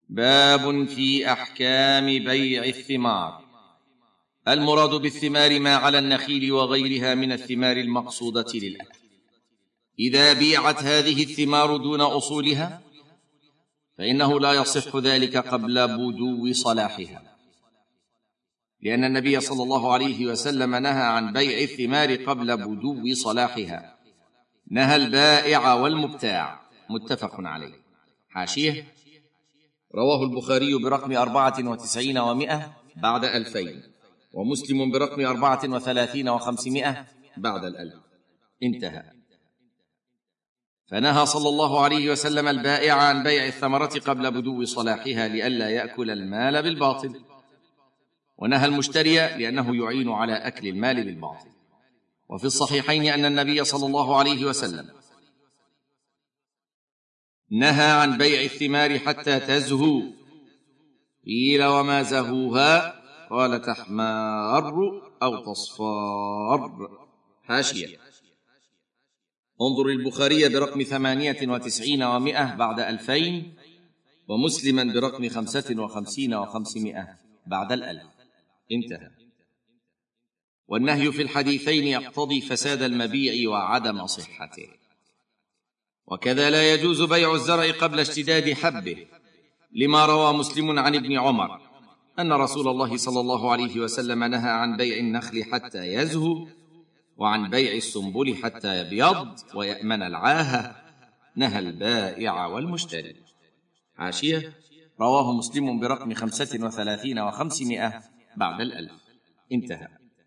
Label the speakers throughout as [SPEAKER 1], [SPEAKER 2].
[SPEAKER 1] باب في أحكام بيع الثمار. المراد بالثمار ما على النخيل وغيرها من الثمار المقصودة للأكل. إذا بيعت هذه الثمار دون أصولها فإنه لا يصح ذلك قبل بدو صلاحها، لأن النبي صلى الله عليه وسلم نهى عن بيع الثمار قبل بدو صلاحها، نهى البائع والمبتاع. متفق عليه. حاشية: رواه البخاري برقم 94 و100 بعد 2000، ومسلم برقم 34 و500 بعد 1000. انتهى. فنهى صلى الله عليه وسلم البائع عن بيع الثمرة قبل بدو صلاحها لئلا يأكل المال بالباطل، ونهى المشتري لأنه يعين على أكل المال بالباطل. وفي الصحيحين أن النبي صلى الله عليه وسلم نهى عن بيع الثمار حتى تزهو. قيل: وما زهوها؟ قال: تحمار أو تصفار. حاشية: انظر البخاري برقم 98 و100 بعد 2000، ومسلما برقم 55 و500 بعد 1000. انتهى. والنهي في الحديثين يقتضي فساد المبيع وعدم صحته. وكذا لا يجوز بيع الزرع قبل اشتداد حبه، لما روى مسلم عن ابن عمر أن رسول الله صلى الله عليه وسلم نهى عن بيع النخل حتى يزهو، وعن بيع السنبل حتى يبيض ويأمن العاهة، نهى البائع والمشتري. حاشية: رواه مسلم برقم 35 و500 بعد 1000. انتهى.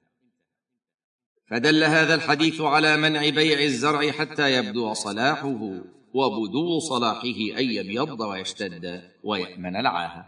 [SPEAKER 1] فدل هذا الحديث على منع بيع الزرع حتى يبدو صلاحه، وبدو صلاحه أن يبيض ويشتد ويأمن العاهة.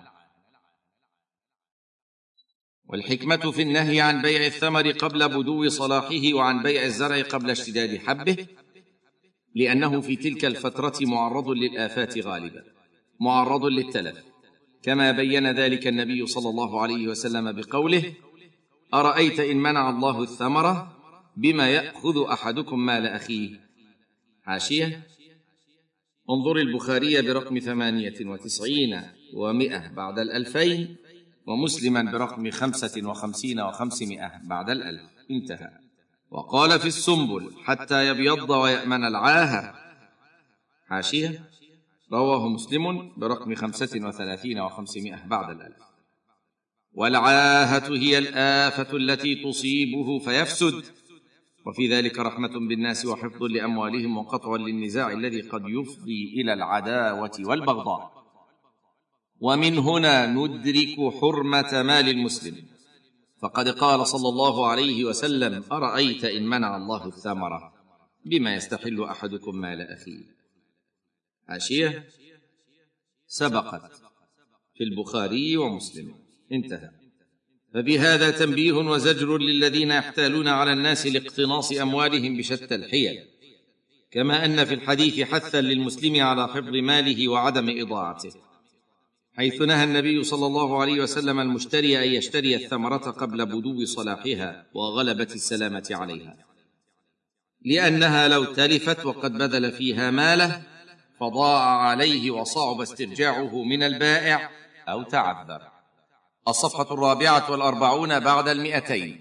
[SPEAKER 1] والحكمة في النهي عن بيع الثمر قبل بدو صلاحه وعن بيع الزرع قبل اشتداد حبه، لأنه في تلك الفترة معرض للآفات غالبا، معرض للتلف، كما بين ذلك النبي صلى الله عليه وسلم بقوله: أرأيت إن منع الله الثمرة بما يأخذ أحدكم مال أخيه. حاشية: انظر البخاري برقم 98 و100 بعد 2000، ومسلما برقم 55 و500 بعد 1000. انتهى. وقال في السنبل: حتى يبيض ويأمن العاهة. حاشية: رواه مسلم برقم 35 و500 بعد 1000. والعاهة هي الآفة التي تصيبه فيفسد، وفي ذلك رحمة بالناس وحفظ لأموالهم وقطع للنزاع الذي قد يفضي إلى العداوة والبغضاء. ومن هنا ندرك حرمة مال المسلم، فقد قال صلى الله عليه وسلم: أرأيت إن منع الله الثمرة بما يستحل أحدكم مال أخيه. حاشية: سبقت في البخاري ومسلم. انتهى. فبهذا تنبيه وزجر للذين يحتالون على الناس لاقتناص أموالهم بشتى الحيل، كما أن في الحديث حثا للمسلم على حفظ ماله وعدم إضاعته، حيث نهى النبي صلى الله عليه وسلم المشتري أن يشتري الثمرة قبل بدو صلاحها وغلبة السلامة عليها، لأنها لو تلفت وقد بذل فيها ماله فضاع عليه وصعب استرجاعه من البائع أو تعذر. الصفحة 44 بعد 200.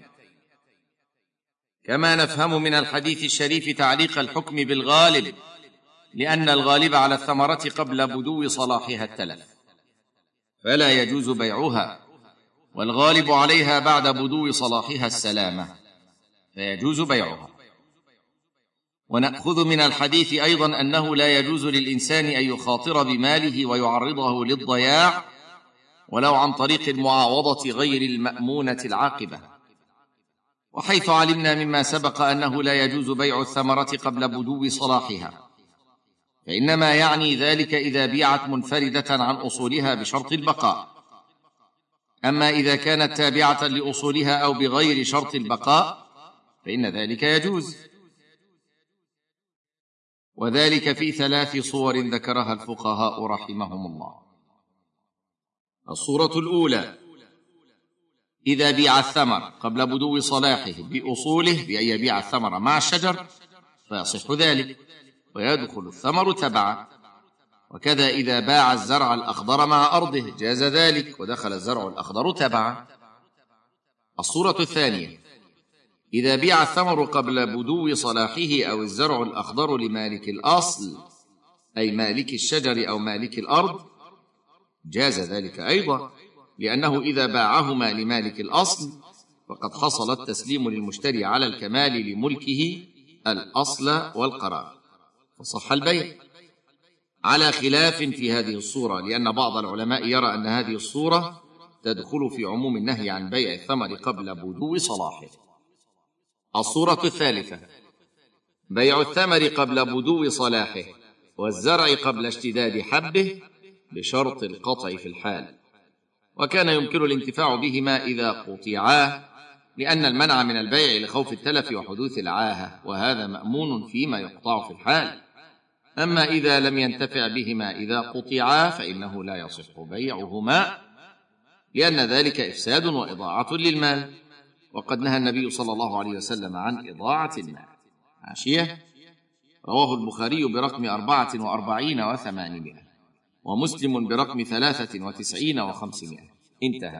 [SPEAKER 1] كما نفهم من الحديث الشريف تعليق الحكم بالغالب، لأن الغالب على الثمرة قبل بدو صلاحها التلف، فلا يجوز بيعها، والغالب عليها بعد بدو صلاحها السلامة، فيجوز بيعها. ونأخذ من الحديث أيضا أنه لا يجوز للإنسان أن يخاطر بماله ويعرضه للضياع ولو عن طريق المعاوضة غير المأمونة العاقبة. وحيث علمنا مما سبق أنه لا يجوز بيع الثمرة قبل بدو صلاحها، فإنما يعني ذلك إذا بيعت منفردة عن أصولها بشرط البقاء. أما إذا كانت تابعة لأصولها أو بغير شرط البقاء فإن ذلك يجوز، وذلك في 3 صور ذكرها الفقهاء رحمهم الله. الصورة الأولى: إذا بيع الثمر قبل بدو صلاحه بأصوله بأن يبيع الثمر مع الشجر فيصح ذلك، ويدخل الثمر تبعا. وكذا إذا باع الزرع الأخضر مع أرضه جاز ذلك، ودخل الزرع الأخضر تبعا. الصورة الثانية: إذا بيع الثمر قبل بدو صلاحه أو الزرع الأخضر لمالك الأصل، أي مالك الشجر أو مالك الأرض، جاز ذلك أيضا، لأنه إذا باعهما لمالك الأصل فقد حصل التسليم للمشتري على الكمال لملكه الأصل والقرار، فصح البيع، على خلاف في هذه الصورة، لأن بعض العلماء يرى أن هذه الصورة تدخل في عموم النهي عن بيع الثمر قبل بدو صلاحه. الصورة الثالثة: بيع الثمر قبل بدو صلاحه والزرع قبل اشتداد حبه بشرط القطع في الحال، وكان يمكن الانتفاع بهما إذا قطعا، لأن المنع من البيع لخوف التلف وحدوث العاهة، وهذا مأمون فيما يقطع في الحال. أما إذا لم ينتفع بهما إذا قطعا فإنه لا يصح بيعهما، لأن ذلك إفساد وإضاعة للمال، وقد نهى النبي صلى الله عليه وسلم عن إضاعة المال. حاشية: رواه البخاري برقم 44 و800، ومسلم برقم 93 و500. انتهى.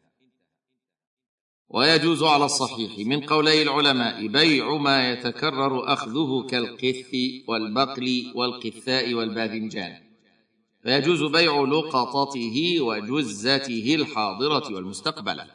[SPEAKER 1] ويجوز على الصحيح من قولي العلماء بيع ما يتكرر أخذه كالقث والبقل والقثاء والباذنجان، فيجوز بيع لقطته وجزته الحاضرة والمستقبلة.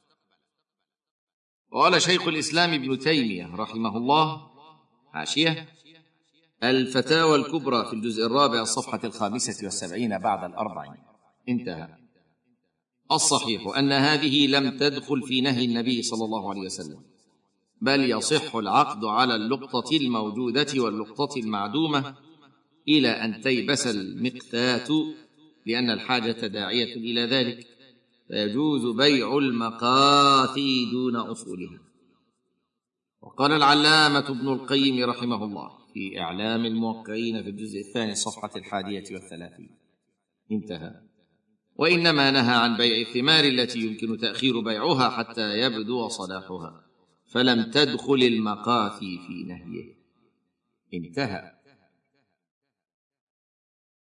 [SPEAKER 1] وقال شيخ الإسلام ابن تيمية رحمه الله: حاشية: الفتاوى الكبرى في الجزء الرابع الصفحة 75 بعد 40. انتهى. الصحيح أن هذه لم تدخل في نهي النبي صلى الله عليه وسلم، بل يصح العقد على اللقطة الموجودة واللقطة المعدومة إلى أن تيبس المقتات، لأن الحاجة داعية إلى ذلك، فيجوز بيع المقاثي دون أصولها. وقال العلامة ابن القيم رحمه الله في إعلام الموقعين في الجزء الثاني الصفحة 31. انتهى. وإنما نهى عن بيع الثمار التي يمكن تأخير بيعها حتى يبدو صلاحها، فلم تدخل المقاثي في نهيه. انتهى.